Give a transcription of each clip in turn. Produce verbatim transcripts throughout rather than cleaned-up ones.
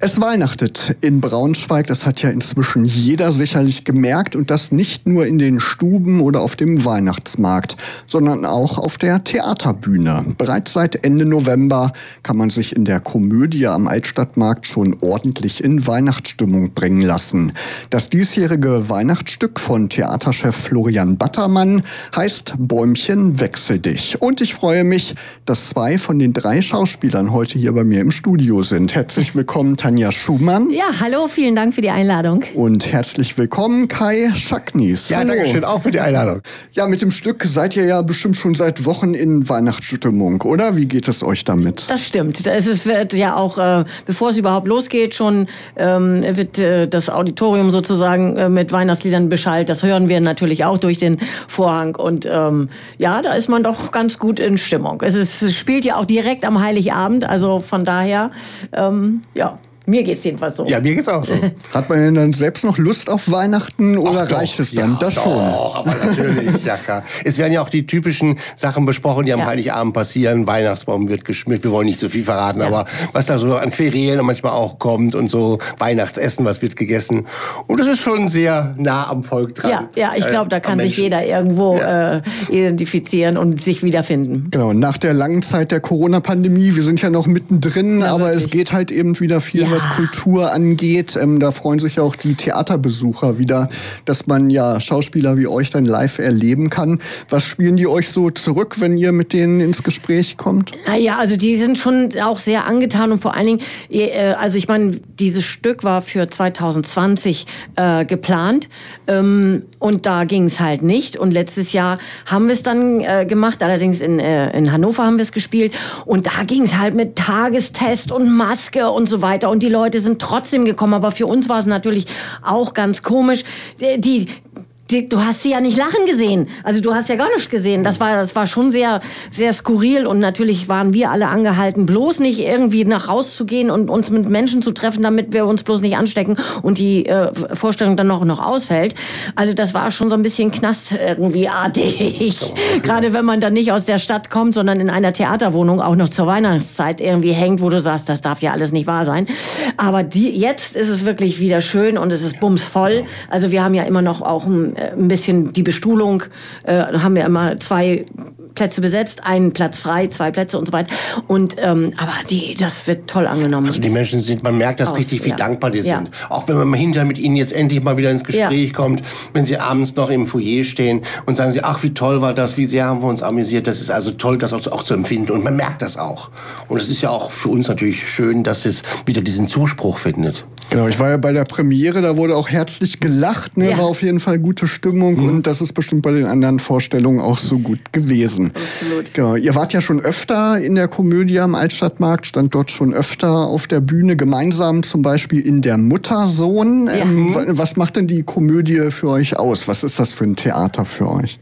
Es weihnachtet in Braunschweig, das hat ja inzwischen jeder sicherlich gemerkt und das nicht nur in den Stuben oder auf dem Weihnachtsmarkt, sondern auch auf der Theaterbühne. Bereits seit Ende November kann man sich in der Komödie am Altstadtmarkt schon ordentlich in Weihnachtsstimmung bringen lassen. Das diesjährige Weihnachtsstück von Theaterchef Florian Battermann heißt Bäumchen, wechsel dich. Und ich freue mich, dass zwei von den drei Schauspielern heute hier bei mir im Studio sind. Herzlich willkommen, Tanja Schumann. Ja, hallo, vielen Dank für die Einladung. Und herzlich willkommen, Kai Schacknies. Ja, danke schön, auch für die Einladung. Ja, mit dem Stück seid ihr ja bestimmt schon seit Wochen in Weihnachtsstimmung, oder? Wie geht es euch damit? Das stimmt. Es ist, wird ja auch, äh, bevor es überhaupt losgeht, schon ähm, wird äh, das Auditorium sozusagen äh, mit Weihnachtsliedern beschallt. Das hören wir natürlich auch durch den Vorhang. Und ähm, ja, da ist man doch ganz gut in Stimmung. Es, ist, es spielt ja auch direkt am Heiligabend, also von daher, ähm, ja. Mir geht's jedenfalls so. Ja, mir geht's auch so. Hat man denn dann selbst noch Lust auf Weihnachten oder Ach, doch, reicht es dann? Ja, das doch, schon. aber natürlich, ja klar. Es werden ja auch die typischen Sachen besprochen, die am Ja. Heiligabend passieren. Weihnachtsbaum wird geschmückt, wir wollen nicht so viel verraten, ja. aber was da so an Querelen manchmal auch kommt und so Weihnachtsessen, was wird gegessen. Und das ist schon sehr nah am Volk dran. Ja, ja, ich glaube, da äh, kann am sich Menschen. jeder irgendwo Ja. äh, identifizieren und sich wiederfinden. Genau, nach der langen Zeit der Corona-Pandemie, wir sind ja noch mittendrin, Ja, aber wirklich. es geht halt eben wieder viel, Ja. was Kultur angeht. Ähm, da freuen sich auch die Theaterbesucher wieder, dass man ja Schauspieler wie euch dann live erleben kann. Was spielen die euch so zurück, wenn ihr mit denen ins Gespräch kommt? Naja, also die sind schon auch sehr angetan und vor allen Dingen, äh, also ich meine, dieses Stück war für zwanzig zwanzig äh, geplant ähm, und da ging es halt nicht und letztes Jahr haben wir es dann äh, gemacht, allerdings in, äh, in Hannover haben wir es gespielt und da ging es halt mit Tagestest und Maske und so weiter und die Leute sind trotzdem gekommen, aber für uns war es natürlich auch ganz komisch, die, die Die, du hast sie ja nicht lachen gesehen. Also du hast ja gar nicht gesehen. Das war, das war schon sehr, sehr skurril. Und natürlich waren wir alle angehalten, bloß nicht irgendwie nach Haus zu gehen und uns mit Menschen zu treffen, damit wir uns bloß nicht anstecken und die äh, Vorstellung dann noch, noch ausfällt. Also das war schon so ein bisschen Knast irgendwie artig. Gerade wenn man dann nicht aus der Stadt kommt, sondern in einer Theaterwohnung auch noch zur Weihnachtszeit irgendwie hängt, wo du sagst, das darf ja alles nicht wahr sein. Aber die, jetzt ist es wirklich wieder schön und es ist bumsvoll. Also wir haben ja immer noch auch ein ein bisschen die Bestuhlung, äh, haben wir immer zwei Plätze besetzt, einen Platz frei, zwei Plätze und so weiter. Und ähm, aber die, das wird toll angenommen. Also die Menschen sind, man merkt, dass Aus, richtig wie ja. dankbar die Ja. sind. Auch wenn man mal hinterher mit ihnen jetzt endlich mal wieder ins Gespräch Ja. kommt, wenn sie abends noch im Foyer stehen und sagen sie, ach wie toll war das, wie sehr haben wir uns amüsiert. Das ist also toll, das auch, auch zu empfinden und man merkt das auch. Und es ist ja auch für uns natürlich schön, dass es wieder diesen Zuspruch findet. Genau, ich war ja bei der Premiere, da wurde auch herzlich gelacht, ne? Ja. War auf jeden Fall gute Stimmung mhm. und das ist bestimmt bei den anderen Vorstellungen auch so gut gewesen. Absolut. Genau, ihr wart ja schon öfter in der Komödie am Altstadtmarkt, stand dort schon öfter auf der Bühne, gemeinsam zum Beispiel in der Muttersohn. Ja. Ähm, was macht denn die Komödie für euch aus? Was ist das für ein Theater für euch?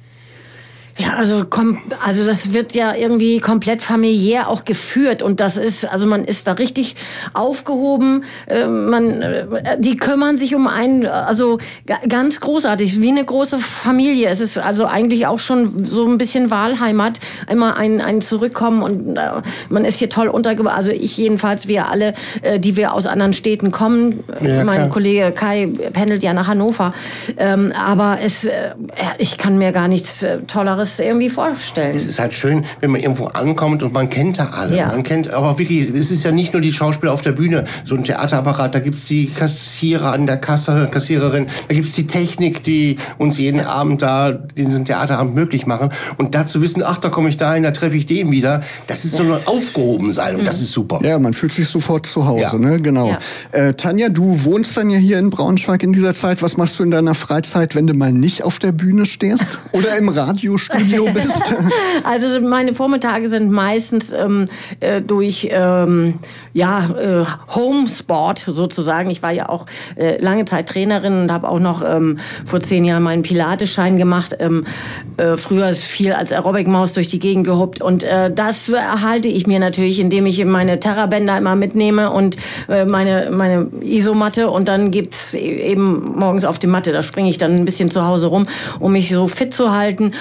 Ja, also, kom- also das wird ja irgendwie komplett familiär auch geführt und das ist, also man ist da richtig aufgehoben, äh, man, äh, die kümmern sich um einen, also ga- ganz großartig, wie eine große Familie. Es ist also eigentlich auch schon so ein bisschen Wahlheimat, immer ein, ein Zurückkommen und äh, man ist hier toll untergebracht, also ich jedenfalls, wir alle, äh, die wir aus anderen Städten kommen, Ja, mein klar. Kollege Kai pendelt ja nach Hannover, ähm, aber es, äh, ich kann mir gar nichts äh, Tolleres irgendwie vorstellen. Es ist halt schön, wenn man irgendwo ankommt und man kennt da alle. Ja. Man kennt, aber wirklich, es ist ja nicht nur die Schauspieler auf der Bühne, so ein Theaterapparat, da gibt's die Kassierer an der Kasse, Kassiererin, da gibt's die Technik, die uns jeden Abend da diesen Theaterabend möglich machen. Und dazu wissen, ach, da komme ich da hin, da treffe ich den wieder. Das ist so ein Aufgehobensein und das ist super. Ja, man fühlt sich sofort zu Hause, Ja. ne? Genau. Ja. Äh, Tanja, du wohnst dann ja hier in Braunschweig in dieser Zeit. Was machst du in deiner Freizeit, wenn du mal nicht auf der Bühne stehst oder im Radiostudio bist? Also meine Vormittage sind meistens ähm, äh, durch ähm, ja, äh, Homesport sozusagen. Ich war ja auch äh, lange Zeit Trainerin und habe auch noch ähm, vor zehn Jahren meinen Pilates-Schein gemacht. Ähm, äh, früher ist viel als Aerobic-Maus durch die Gegend gehuppt und äh, das erhalte ich mir natürlich, indem ich meine Terrabänder immer mitnehme und äh, meine, meine Isomatte und dann gibt's eben morgens auf die Matte, da springe ich dann ein bisschen zu Hause rum, um mich so fit zu halten und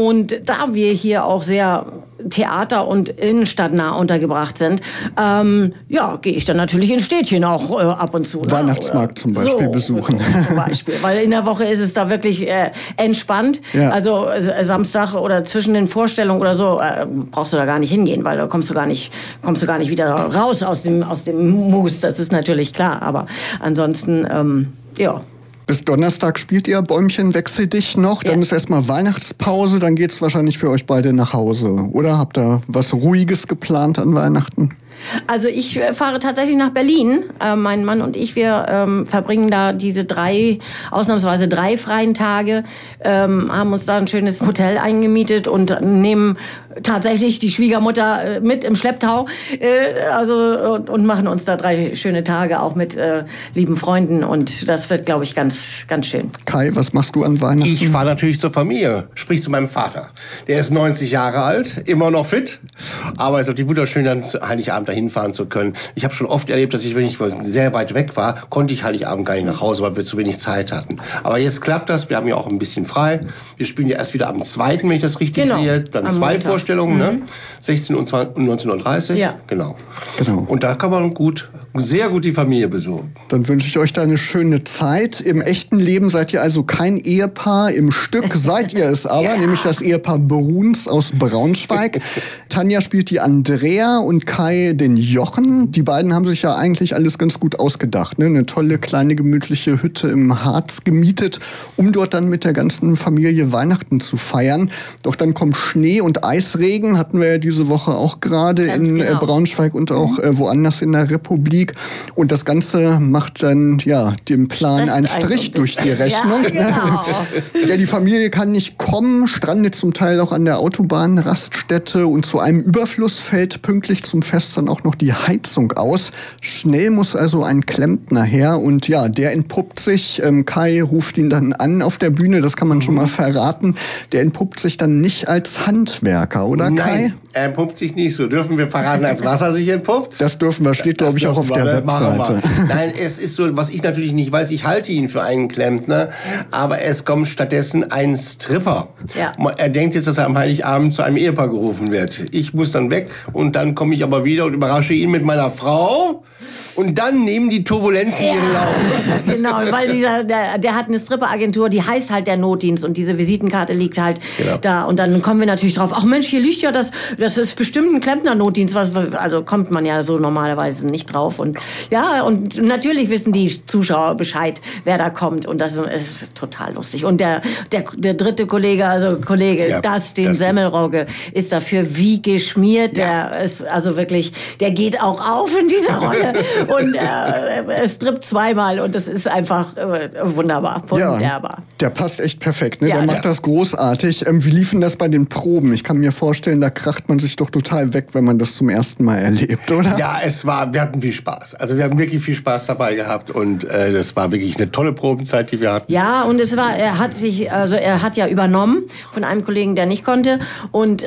Und da wir hier auch sehr Theater- und innenstadtnah untergebracht sind, ähm, ja, gehe ich dann natürlich in Städtchen auch äh, ab und zu. Weihnachtsmarkt ne? zum Beispiel so, besuchen. Zum Beispiel, weil in der Woche ist es da wirklich äh, entspannt. Ja. Also äh, Samstag oder zwischen den Vorstellungen oder so äh, brauchst du da gar nicht hingehen, weil da kommst du gar nicht, kommst du gar nicht wieder raus aus dem, aus dem Mus. Das ist natürlich klar, aber ansonsten, ähm, ja. Bis Donnerstag spielt ihr Bäumchen wechsel dich noch, dann Ja. ist erstmal Weihnachtspause, dann geht's wahrscheinlich für euch beide nach Hause, oder? Habt ihr was Ruhiges geplant an Weihnachten? Also ich äh, fahre tatsächlich nach Berlin. Äh, mein Mann und ich, wir ähm, verbringen da diese drei, ausnahmsweise drei freien Tage, ähm, haben uns da ein schönes Hotel eingemietet und nehmen tatsächlich die Schwiegermutter äh, mit im Schlepptau äh, also, und, und machen uns da drei schöne Tage auch mit äh, lieben Freunden und das wird, glaube ich, ganz, ganz schön. Kai, was machst du an Weihnachten? Ich fahre natürlich zur Familie, sprich zu meinem Vater. Der ist neunzig Jahre alt, immer noch fit, aber es ist natürlich wunderschön, dann zu Heiligabend dahin fahren zu können. Ich habe schon oft erlebt, dass ich, wenn ich sehr weit weg war, konnte ich Heiligabend gar nicht nach Hause, weil wir zu wenig Zeit hatten. Aber jetzt klappt das, wir haben ja auch ein bisschen frei. Wir spielen ja erst wieder am zweiten, wenn ich das richtig Genau. sehe. Dann Am zwei Montag. Vorstellungen, Mhm. ne? sechzehn und neunzehn Uhr dreißig. Ja. Genau. Genau. Und da kann man gut, sehr gut die Familie besuchen. Dann wünsche ich euch da eine schöne Zeit. Im echten Leben seid ihr also kein Ehepaar, im Stück seid ihr es aber, nämlich das Ehepaar Bruns aus Braunschweig. Tanja spielt die Andrea und Kai den Jochen. Die beiden haben sich ja eigentlich alles ganz gut ausgedacht. Ne? Eine tolle, kleine, gemütliche Hütte im Harz gemietet, um dort dann mit der ganzen Familie Weihnachten zu feiern. Doch dann kommt Schnee und Eisregen, hatten wir ja diese Woche auch gerade Ganz in genau. äh, Braunschweig und auch äh, woanders in der Republik. Und das Ganze macht dann ja dem Plan Stresst einen einen so Strich ein durch die bisschen. Rechnung. Ja, genau. Ja, die Familie kann nicht kommen, strandet zum Teil auch an der Autobahnraststätte und zu einem Überfluss fällt pünktlich zum Fest dann auch noch die Heizung aus. Schnell muss also ein Klempner her und ja, der entpuppt sich, ähm, Kai ruft ihn dann an auf der Bühne, das kann man schon mal verraten, der entpuppt sich dann nicht als Handwerker, oder Kai? Nein, er entpuppt sich nicht so. Dürfen wir verraten, als was er sich entpuppt? Das dürfen wir, steht glaube ich auch auf der Das machen wir. Webseite. Nein, es ist so, was ich natürlich nicht weiß, ich halte ihn für einen Klempner, aber es kommt stattdessen ein Stripper. Ja. Er denkt jetzt, dass er am Heiligabend zu einem Ehepaar gerufen wird. Ich muss dann weg und dann komme ich aber wieder und überrasche ihn mit meiner Frau und dann nehmen die Turbulenzen ihren Lauf. Genau, weil dieser, der, der hat eine Stripperagentur, die heißt halt der Notdienst und diese Visitenkarte liegt halt Genau. da und dann kommen wir natürlich drauf, ach Mensch, hier liegt ja das, das ist bestimmt ein Klempner-Notdienst, was, also kommt man ja so normalerweise nicht drauf und ja, und natürlich wissen die Zuschauer Bescheid, wer da kommt und das ist total lustig und der, der, der dritte Kollege, also Kollege Ja, Dustin das- Semmelrogge ist dafür wie geschmiert, der ist also wirklich, der geht auch auf in dieser Rolle und äh, es trippt zweimal und das ist einfach äh, wunderbar, wunderbar. Ja, der passt echt perfekt. Ne? Ja, der macht ja. das großartig. Ähm, wie liefen das bei den Proben? Ich kann mir vorstellen, da kracht man sich doch total weg, wenn man das zum ersten Mal erlebt, oder? Ja, es war, wir hatten viel Spaß. Also wir haben wirklich viel Spaß dabei gehabt und äh, das war wirklich eine tolle Probenzeit, die wir hatten. Ja, und es war, er hat sich, also er hat ja übernommen von einem Kollegen, der nicht konnte. Und äh,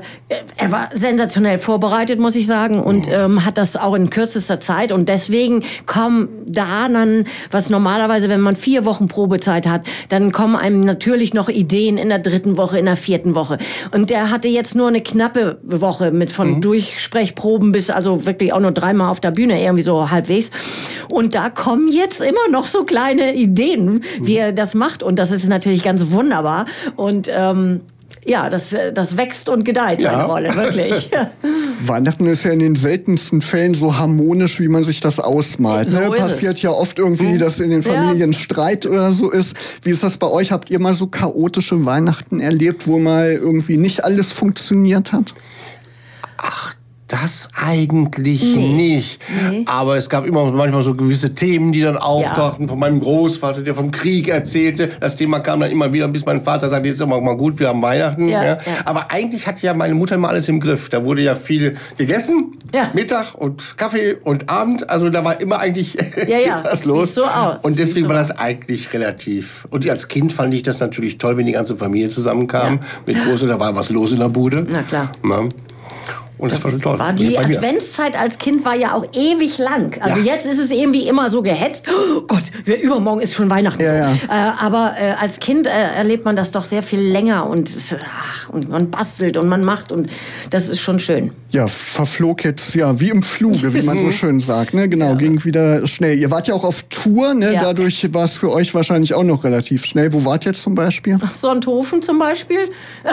er war sensationell vorbereitet, muss ich sagen, und ähm, hat das auch in kürzester Zeit. Und deswegen kommen da dann, was normalerweise, wenn man vier Wochen Probezeit hat, dann kommen einem natürlich noch Ideen in der dritten Woche, in der vierten Woche. Und der hatte jetzt nur eine knappe Woche mit von Mhm. Durchsprechproben bis also wirklich auch nur dreimal auf der Bühne, irgendwie so halbwegs. Und da kommen jetzt immer noch so kleine Ideen, wie er das macht. Und das ist natürlich ganz wunderbar. Und ähm, ja, das, das wächst und gedeiht, seine Ja. Rolle, wirklich. Weihnachten ist ja in den seltensten Fällen so harmonisch, wie man sich das ausmalt. So ne? ist Passiert es. ja oft irgendwie, dass in den Ja. Familien Streit oder so ist. Wie ist das bei euch? Habt ihr mal so chaotische Weihnachten erlebt, wo mal irgendwie nicht alles funktioniert hat? Das eigentlich Nee. nicht. Nee. Aber es gab immer manchmal so gewisse Themen, die dann auftauchten. Von meinem Großvater, der vom Krieg erzählte. Das Thema kam dann immer wieder, bis mein Vater sagte, jetzt ist aber mal gut, wir haben Weihnachten. Ja, Ja. ja. Aber eigentlich hatte ja meine Mutter immer alles im Griff. Da wurde ja viel gegessen, Ja. Mittag und Kaffee und Abend. Also da war immer eigentlich Ja, ja. was los. Sieht so aus. Und Sieht deswegen so war aus. das eigentlich relativ. Und als Kind fand ich das natürlich toll, wenn die ganze Familie zusammenkam. Ja. Mit Groß, da war was los in der Bude. Na klar. Ja. Und das war schon toll. War die Adventszeit als Kind war ja auch ewig lang. Also ja. Jetzt ist es irgendwie immer so gehetzt. Oh Gott, übermorgen ist schon Weihnachten. Ja, ja. Äh, aber äh, als Kind äh, erlebt man das doch sehr viel länger und, ach, und man bastelt und man macht und das ist schon schön. Ja, verflog jetzt ja wie im Fluge, wie man so schön sagt. Ne? Genau, ja. Ging wieder schnell. Ihr wart ja auch auf Tour, ne? Ja. Dadurch war es für euch wahrscheinlich auch noch relativ schnell. Wo wart ihr jetzt zum Beispiel? Ach, Sonthofen zum Beispiel.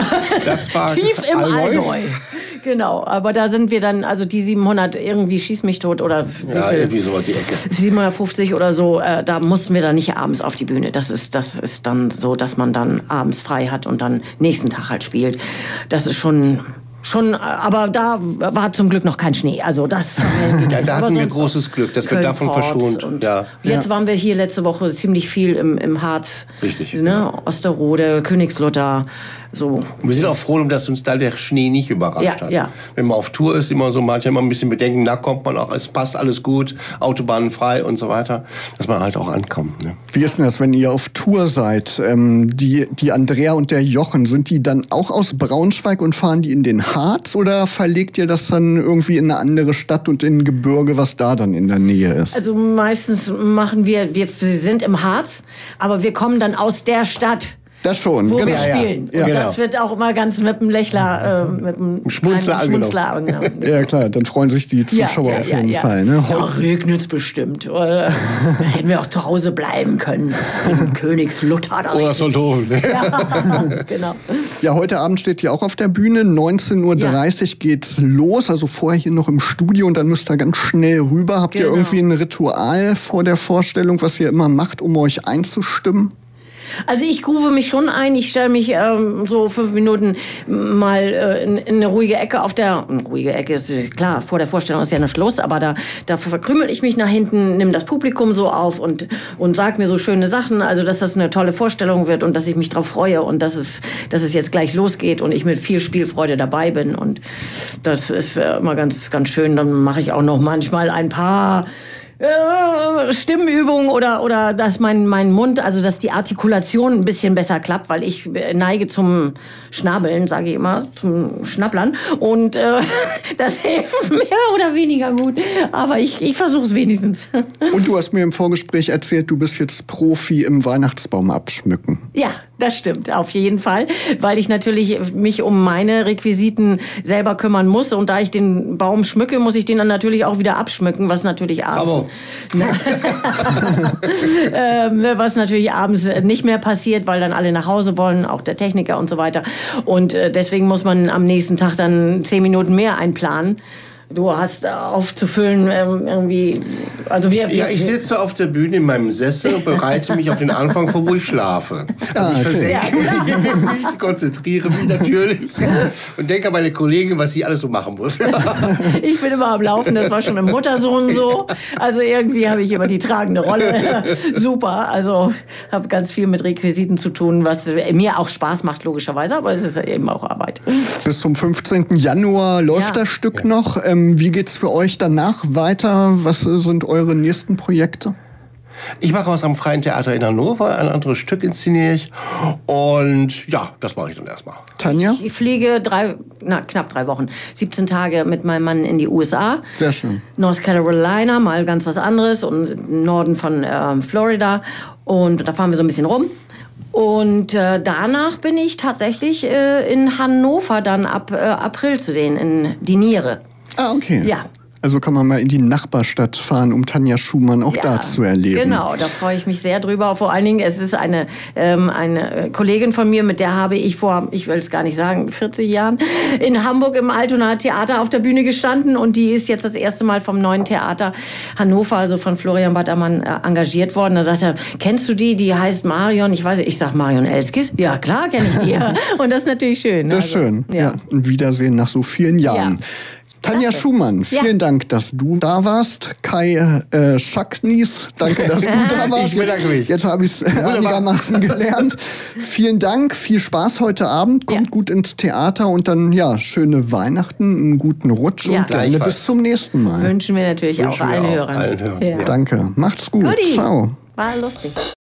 Das war tief im Allgäu. Allgäu. Genau, aber da sind wir dann, also die siebenhundert irgendwie schieß mich tot oder ja, irgendwie so die Ecke. siebenhundertfünfzig oder so, äh, da mussten wir dann nicht abends auf die Bühne. Das ist, das ist dann so, dass man dann abends frei hat und dann nächsten Tag halt spielt. Das ist schon... Schon, aber da war zum Glück noch kein Schnee. Also das ja, da hatten wir großes Glück, dass wir davon verschont. Und ja. Jetzt ja. waren wir hier letzte Woche ziemlich viel im, im Harz. Richtig. Ne? Ja. Osterode, Königslutter. So. Und wir sind auch froh, dass uns da der Schnee nicht überrascht ja, hat. Ja. Wenn man auf Tour ist, immer so manchmal immer ein bisschen bedenken, da kommt man auch, es passt alles gut, Autobahnen frei und so weiter, dass man halt auch ankommt. Ne? Wie ist denn das, wenn ihr auf Tour seid? Ähm, die, die Andrea und der Jochen, sind die dann auch aus Braunschweig und fahren die in den Harz oder verlegt ihr das dann irgendwie in eine andere Stadt und in ein Gebirge, was da dann in der Nähe ist? Also meistens machen wir, wir sind im Harz, aber wir kommen dann aus der Stadt. Das schon, wo genau. wir spielen. Ja, ja. Und Ja, das wird auch immer ganz mit einem Lächler, äh, mit einem Schmunzler Schmunzler. Genau. Ja klar, dann freuen sich die Zuschauer ja, ja, auf jeden ja, ja. Fall. Ne? Da regnet's bestimmt. Da hätten wir auch zu Hause bleiben können. In Königslutter. Oder Sonthofen. Ja, genau. Ja, heute Abend steht ihr auch auf der Bühne. neunzehn Uhr dreißig ja. geht's los. Also vorher hier noch im Studio und dann müsst ihr ganz schnell rüber. Habt genau. ihr irgendwie ein Ritual vor der Vorstellung, was ihr immer macht, um euch einzustimmen? Also ich groove mich schon ein. Ich stelle mich ähm, so fünf Minuten mal äh, in, in eine ruhige Ecke auf der... Eine ruhige Ecke ist klar, vor der Vorstellung ist ja noch Schluss, aber da, da verkrümel ich mich nach hinten, nimm das Publikum so auf und, und sag mir so schöne Sachen, also dass das eine tolle Vorstellung wird und dass ich mich drauf freue und dass es, dass es jetzt gleich losgeht und ich mit viel Spielfreude dabei bin und das ist äh, immer ganz, ganz schön. Dann mache ich auch noch manchmal ein paar... Stimmübungen oder, oder dass mein, mein Mund, also dass die Artikulation ein bisschen besser klappt, weil ich neige zum Schnabeln, sage ich immer, zum Schnapplern. Und äh, das hilft mehr oder weniger gut. Aber ich, ich versuche es wenigstens. Und du hast mir im Vorgespräch erzählt, du bist jetzt Profi im Weihnachtsbaum abschmücken. Ja, das stimmt, auf jeden Fall. Weil ich natürlich mich um meine Requisiten selber kümmern muss. Und da ich den Baum schmücke, muss ich den dann natürlich auch wieder abschmücken, was natürlich abends... Aber ähm, was natürlich abends nicht mehr passiert, weil dann alle nach Hause wollen, auch der Techniker und so weiter. Und äh, deswegen muss man am nächsten Tag dann zehn Minuten mehr einplanen. Du hast aufzufüllen ähm, irgendwie. Also wir, wir, ja, ich sitze auf der Bühne in meinem Sessel und bereite mich auf den Anfang vor, wo ich schlafe. Ah, ich okay. versenke ja, mich, ich konzentriere mich natürlich und denke an meine Kollegin, was sie alles so machen muss. Ich bin immer am Laufen, das war schon im Muttersohn so. Also irgendwie habe ich immer die tragende Rolle. Super, also habe ganz viel mit Requisiten zu tun, was mir auch Spaß macht, logischerweise, aber es ist eben auch Arbeit. Bis zum fünfzehnten Januar läuft Ja. das Stück Ja. noch. Ähm, wie geht's für euch danach weiter? Was sind eure nächsten Projekte? Ich mache aus am Freien Theater in Hannover, ein anderes Stück inszeniere ich. Und ja, das mache ich dann erstmal. Tanja? Ich fliege drei, na, knapp drei Wochen, siebzehn Tage mit meinem Mann in die U S A. Sehr schön. North Carolina, mal ganz was anderes und im Norden von ähm, Florida. Und da fahren wir so ein bisschen rum. Und äh, danach bin ich tatsächlich äh, in Hannover dann ab äh, April zu sehen, in die Niere. Ah, okay. Ja. Also kann man mal in die Nachbarstadt fahren, um Tanja Schumann auch Ja, da zu erleben. Genau, da freue ich mich sehr drüber. Vor allen Dingen, es ist eine, ähm, eine Kollegin von mir, mit der habe ich vor, ich will es gar nicht sagen, vierzig Jahren in Hamburg im Altonaer Theater auf der Bühne gestanden. Und die ist jetzt das erste Mal vom neuen Theater Hannover, also von Florian Battermann, äh, engagiert worden. Da sagt er, kennst du die? Die heißt Marion. Ich weiß nicht, ich sag Marion Elskis. Ja, klar kenne ich die. Und das ist natürlich schön. Das ist also, schön. Ja. Ja. Ein Wiedersehen nach so vielen Jahren. Ja. Tanja Klasse. Schumann, vielen Ja. Dank, dass du da warst. Kai äh, Schacknies, danke, dass du da warst. Ich bedanke mich. Jetzt habe ich es einigermaßen gelernt. Vielen Dank, viel Spaß heute Abend. Kommt Ja. gut ins Theater und dann ja schöne Weihnachten, einen guten Rutsch Ja. und gerne Gleichfalls. bis zum nächsten Mal. Wünschen wir natürlich Wünschen auch wir allen auch Hörern. allen Hörern. Ja. Ja. Danke, macht's gut. Guti. Ciao. War lustig.